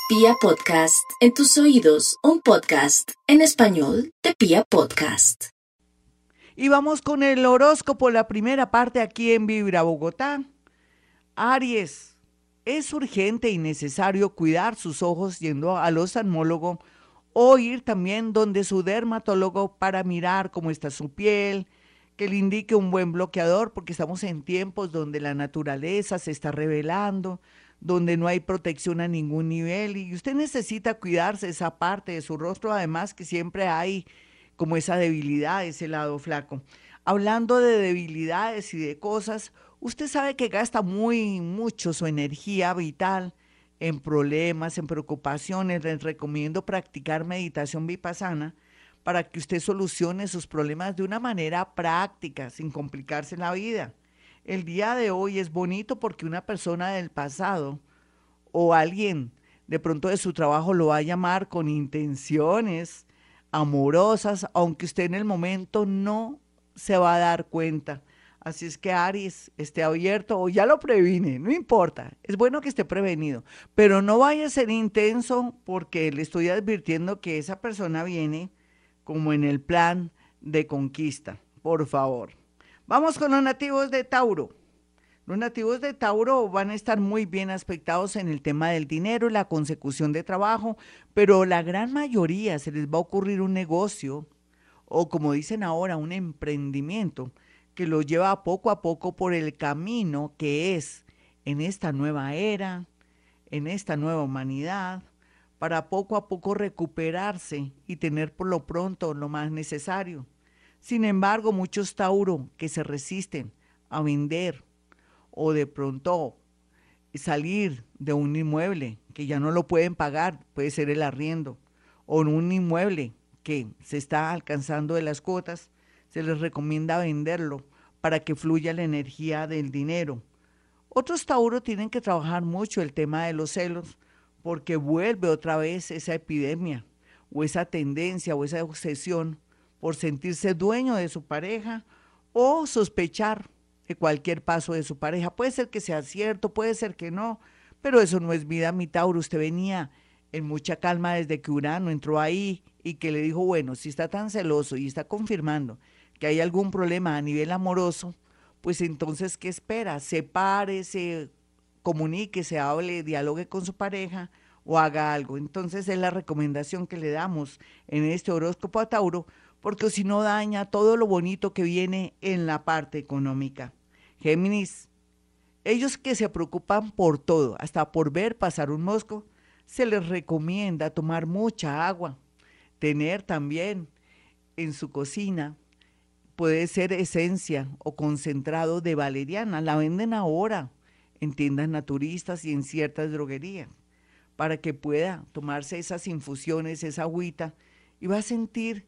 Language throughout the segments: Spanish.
Pia Podcast, en tus oídos, un podcast en español de Pia Podcast. Y vamos con el horóscopo, la primera parte aquí en Vibra Bogotá. Aries, es urgente y necesario cuidar sus ojos yendo al oftalmólogo o ir también donde su dermatólogo para mirar cómo está su piel, que le indique un buen bloqueador, porque estamos en tiempos donde la naturaleza se está revelando, donde no hay protección a ningún nivel y usted necesita cuidarse esa parte de su rostro, además que siempre hay como esa debilidad, ese lado flaco. Hablando de debilidades y de cosas, usted sabe que gasta mucho su energía vital en problemas, en preocupaciones. Les recomiendo practicar meditación vipassana para que usted solucione sus problemas de una manera práctica, sin complicarse la vida. El día de hoy es bonito porque una persona del pasado o alguien de pronto de su trabajo lo va a llamar con intenciones amorosas, aunque usted en el momento no se va a dar cuenta. Así es que Aries, esté abierto o ya lo previne, no importa, es bueno que esté prevenido, pero no vaya a ser intenso porque le estoy advirtiendo que esa persona viene como en el plan de conquista, por favor. Vamos con los nativos de Tauro. Los nativos de Tauro van a estar muy bien aspectados en el tema del dinero y la consecución de trabajo, pero la gran mayoría se les va a ocurrir un negocio o como dicen ahora, un emprendimiento que los lleva poco a poco por el camino que es en esta nueva era, en esta nueva humanidad, para poco a poco recuperarse y tener por lo pronto lo más necesario. Sin embargo, muchos Tauro que se resisten a vender o de pronto salir de un inmueble que ya no lo pueden pagar, puede ser el arriendo, o en un inmueble que se está alcanzando de las cuotas, se les recomienda venderlo para que fluya la energía del dinero. Otros Tauro tienen que trabajar mucho el tema de los celos porque vuelve otra vez esa epidemia o esa tendencia o esa obsesión por sentirse dueño de su pareja o sospechar de cualquier paso de su pareja. Puede ser que sea cierto, puede ser que no, pero eso no es vida, mi Tauro. Usted venía en mucha calma desde que Urano entró ahí y que le dijo, bueno, si está tan celoso y está confirmando que hay algún problema a nivel amoroso, pues entonces, ¿qué espera? Sepárese, comunique, se hable, dialogue con su pareja o haga algo. Entonces es la recomendación que le damos en este horóscopo a Tauro, porque si no daña todo lo bonito que viene en la parte económica. Géminis, ellos que se preocupan por todo, hasta por ver pasar un mosco, se les recomienda tomar mucha agua, tener también en su cocina, puede ser esencia o concentrado de valeriana, la venden ahora en tiendas naturistas y en ciertas droguerías, para que pueda tomarse esas infusiones, esa agüita, y va a sentir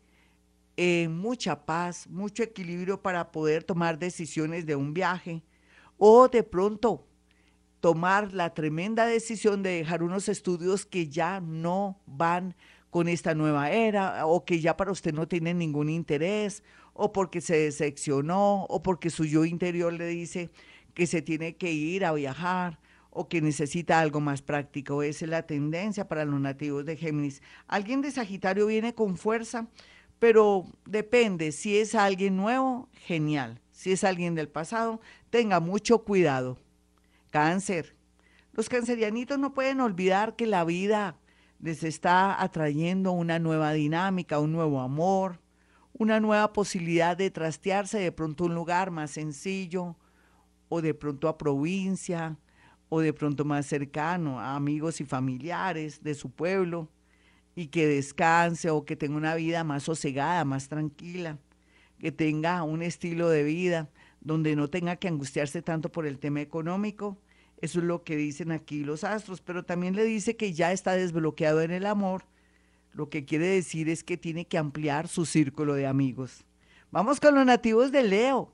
mucha paz, mucho equilibrio para poder tomar decisiones de un viaje o de pronto tomar la tremenda decisión de dejar unos estudios que ya no van con esta nueva era o que ya para usted no tienen ningún interés o porque se decepcionó o porque su yo interior le dice que se tiene que ir a viajar o que necesita algo más práctico. Esa es la tendencia para los nativos de Géminis. Alguien de Sagitario viene con fuerza, pero depende, si es alguien nuevo, genial. Si es alguien del pasado, tenga mucho cuidado. Cáncer. Los cancerianitos no pueden olvidar que la vida les está atrayendo una nueva dinámica, un nuevo amor, una nueva posibilidad de trastearse de pronto a un lugar más sencillo o de pronto a provincia o de pronto más cercano a amigos y familiares de su pueblo y que descanse o que tenga una vida más sosegada, más tranquila, que tenga un estilo de vida donde no tenga que angustiarse tanto por el tema económico. Eso es lo que dicen aquí los astros, pero también le dice que ya está desbloqueado en el amor. Lo que quiere decir es que tiene que ampliar su círculo de amigos. Vamos con los nativos de Leo.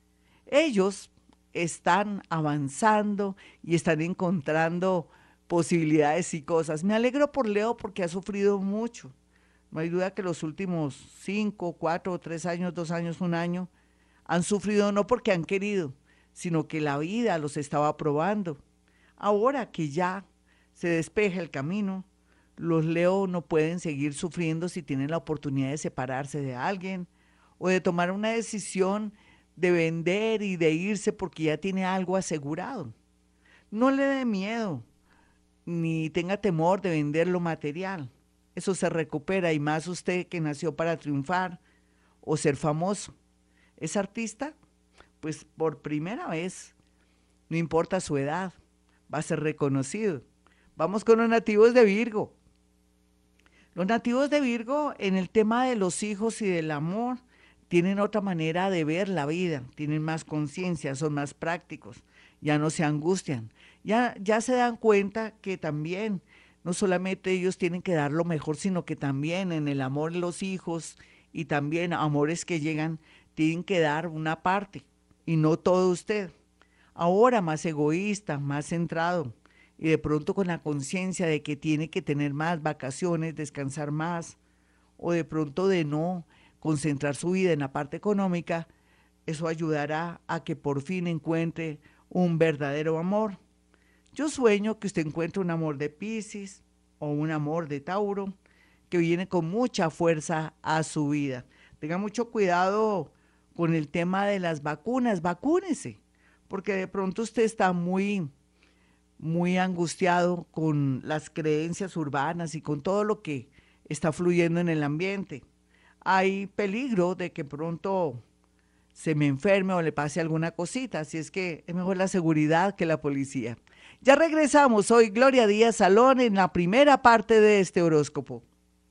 Ellos están avanzando y están encontrando posibilidades y cosas. Me alegro por Leo porque ha sufrido mucho. No hay duda que los últimos 5, 4, 3 años, 2 años, 1 año, han sufrido no porque han querido, sino que la vida los estaba probando. Ahora que ya se despeja el camino, Los Leo no pueden seguir sufriendo si tienen la oportunidad de separarse de alguien o de tomar una decisión de vender y de irse porque ya tiene algo asegurado. No le dé miedo ni tenga temor de vender lo material. Eso se recupera y más usted que nació para triunfar o ser famoso. ¿Es artista? Pues por primera vez, no importa su edad, va a ser reconocido. Vamos con los nativos de Virgo. Los nativos de Virgo en el tema de los hijos y del amor tienen otra manera de ver la vida, tienen más conciencia, son más prácticos, ya no se angustian, ya se dan cuenta que también no solamente ellos tienen que dar lo mejor, sino que también en el amor de los hijos y también amores que llegan, tienen que dar una parte y no todo usted. Ahora más egoísta, más centrado y de pronto con la conciencia de que tiene que tener más vacaciones, descansar más o de pronto de no concentrar su vida en la parte económica, eso ayudará a que por fin encuentre un verdadero amor. Yo sueño que usted encuentre un amor de Piscis o un amor de Tauro que viene con mucha fuerza a su vida. Tenga mucho cuidado con el tema de las vacunas, vacúnese, porque de pronto usted está muy angustiado con las creencias urbanas y con todo lo que está fluyendo en el ambiente. Hay peligro de que pronto se me enferme o le pase alguna cosita, así es que es mejor la seguridad que la policía. Ya regresamos, soy Gloria Díaz Salón en la primera parte de este horóscopo.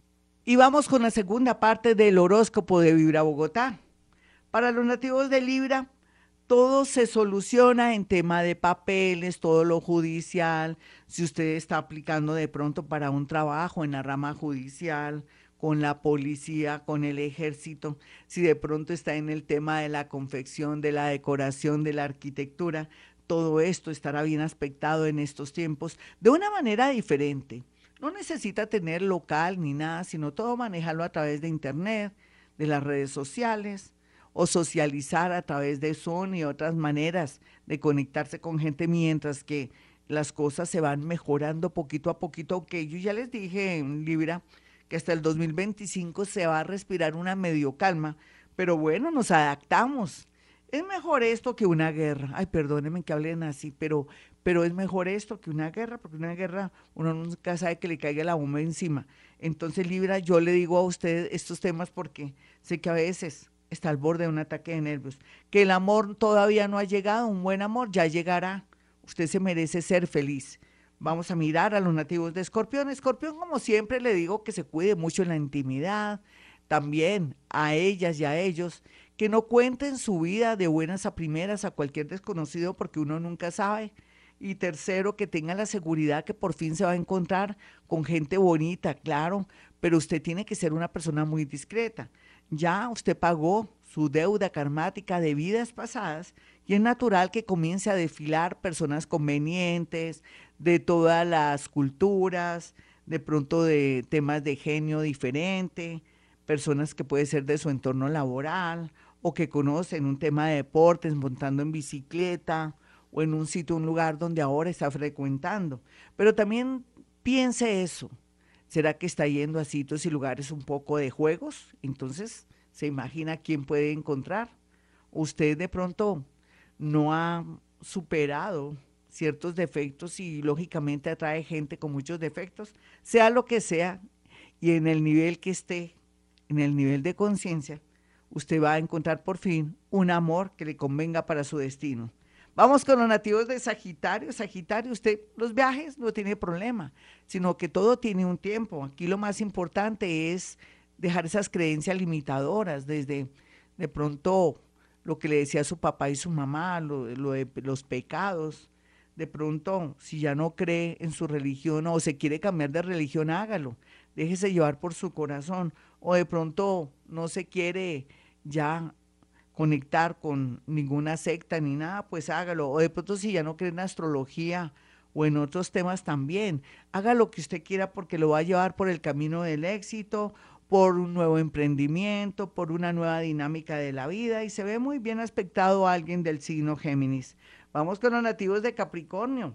Y vamos con la segunda parte del horóscopo de Vibra Bogotá. Para los nativos de Libra, todo se soluciona en tema de papeles, todo lo judicial, si usted está aplicando de pronto para un trabajo en la rama judicial, con la policía, con el ejército, si de pronto está en el tema de la confección, de la decoración, de la arquitectura, todo esto estará bien aspectado en estos tiempos de una manera diferente. No necesita tener local ni nada, sino todo manejarlo a través de internet, de las redes sociales, o socializar a través de Zoom y otras maneras de conectarse con gente mientras que las cosas se van mejorando poquito a poquito. Aunque yo ya les dije en Libra que hasta el 2025 se va a respirar una medio calma, pero bueno, nos adaptamos. Es mejor esto que una guerra. Ay, perdónenme que hablen así, pero es mejor esto que una guerra, porque una guerra uno nunca sabe que le caiga la bomba encima. Entonces, Libra, yo le digo a usted estos temas porque sé que a veces está al borde de un ataque de nervios, que el amor todavía no ha llegado, un buen amor ya llegará. Usted se merece ser feliz. Vamos a mirar a los nativos de Escorpión. Escorpión, como siempre, le digo que se cuide mucho en la intimidad, también a ellas y a ellos, que no cuenten su vida de buenas a primeras a cualquier desconocido porque uno nunca sabe. Y tercero, que tengan la seguridad que por fin se va a encontrar con gente bonita, claro, pero usted tiene que ser una persona muy discreta. Ya usted pagó su deuda karmática de vidas pasadas y es natural que comience a desfilar personas convenientes de todas las culturas, de pronto de temas de genio diferente, personas que puede ser de su entorno laboral o que conocen un tema de deportes, montando en bicicleta o en un sitio, un lugar donde ahora está frecuentando. Pero también piense eso. ¿Será que está yendo a sitios y lugares un poco de juegos? Entonces, ¿se imagina quién puede encontrar? Usted de pronto no ha superado ciertos defectos y lógicamente atrae gente con muchos defectos, sea lo que sea, y en el nivel que esté, en el nivel de conciencia, usted va a encontrar por fin un amor que le convenga para su destino. Vamos con los nativos de Sagitario. Sagitario, usted los viajes no tiene problema, sino que todo tiene un tiempo. Aquí lo más importante es dejar esas creencias limitadoras, desde de pronto lo que le decía su papá y su mamá, lo de los pecados. De pronto, si ya no cree en su religión o se quiere cambiar de religión, hágalo. Déjese llevar por su corazón. O de pronto no se quiere ya conectar con ninguna secta ni nada, pues hágalo. O de pronto si ya no cree en astrología o en otros temas también, haga lo que usted quiera porque lo va a llevar por el camino del éxito, por un nuevo emprendimiento, por una nueva dinámica de la vida y se ve muy bien aspectado alguien del signo Géminis. Vamos con los nativos de Capricornio.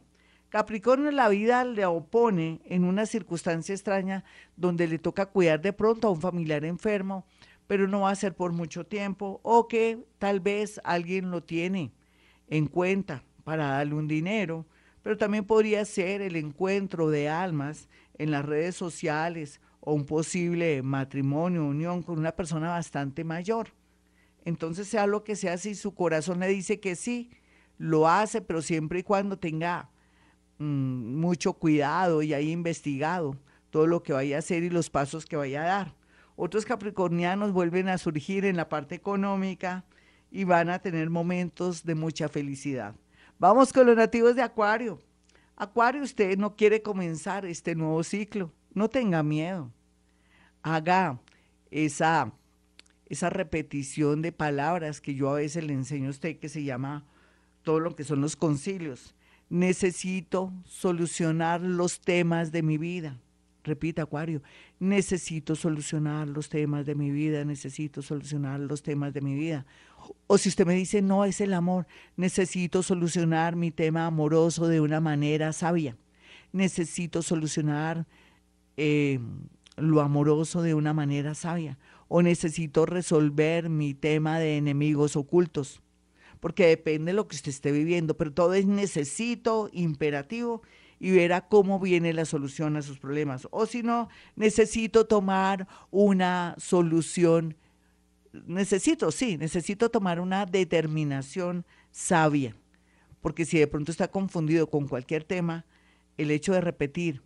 Capricornio, la vida le opone en una circunstancia extraña donde le toca cuidar de pronto a un familiar enfermo, pero no va a ser por mucho tiempo, o que tal vez alguien lo tiene en cuenta para darle un dinero, pero también podría ser el encuentro de almas en las redes sociales o un posible matrimonio, unión con una persona bastante mayor. Entonces, sea lo que sea, si su corazón le dice que sí, lo hace, pero siempre y cuando tenga mucho cuidado y haya investigado todo lo que vaya a hacer y los pasos que vaya a dar. Otros capricornianos vuelven a surgir en la parte económica y van a tener momentos de mucha felicidad. Vamos con los nativos de Acuario. Acuario, usted no quiere comenzar este nuevo ciclo, no tenga miedo. Haga esa, esa repetición de palabras que yo a veces le enseño a usted, que se llama todo lo que son los concilios. Necesito solucionar los temas de mi vida. Repita, Acuario, necesito solucionar los temas de mi vida, necesito solucionar los temas de mi vida. O si usted me dice, no, es el amor, necesito solucionar mi tema amoroso de una manera sabia. Necesito solucionar eh, lo amoroso de una manera sabia. O necesito resolver mi tema de enemigos ocultos, porque depende de lo que usted esté viviendo, pero todo es necesito, imperativo, y verá cómo viene la solución a sus problemas. O si no, necesito tomar una solución, necesito tomar una determinación sabia, porque si de pronto está confundido con cualquier tema, el hecho de repetir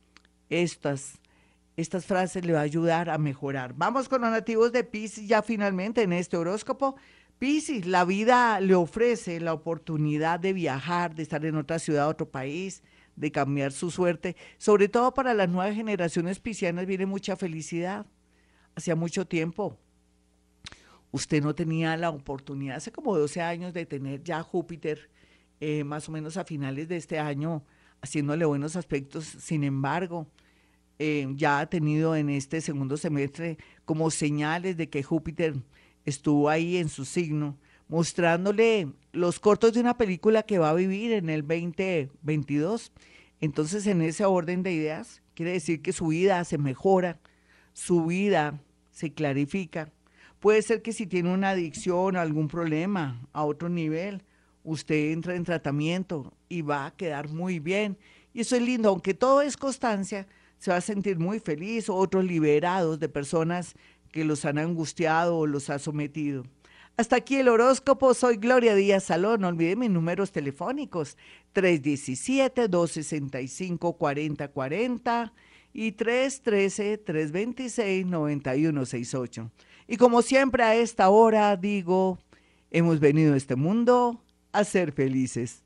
estas frases le va a ayudar a mejorar. Vamos con los nativos de Piscis ya finalmente en este horóscopo. Piscis, la vida le ofrece la oportunidad de viajar, de estar en otra ciudad, otro país, de cambiar su suerte. Sobre todo para las nuevas generaciones piscianas viene mucha felicidad. Hacía mucho tiempo usted no tenía la oportunidad, hace como 12 años, de tener ya Júpiter, más o menos a finales de este año, haciéndole buenos aspectos. Sin embargo, ya ha tenido en este segundo semestre como señales de que Júpiter estuvo ahí en su signo, mostrándole los cortos de una película que va a vivir en el 2022. Entonces, en ese orden de ideas, quiere decir que su vida se mejora, su vida se clarifica. Puede ser que si tiene una adicción o algún problema a otro nivel, usted entra en tratamiento y va a quedar muy bien. Y eso es lindo, aunque todo es constancia, se va a sentir muy feliz, otros liberados de personas que los han angustiado o los ha sometido. Hasta aquí el horóscopo. Soy Gloria Díaz Salón. No olviden mis números telefónicos: 317-265-4040 y 313-326-9168. Y como siempre a esta hora digo, hemos venido a este mundo a ser felices.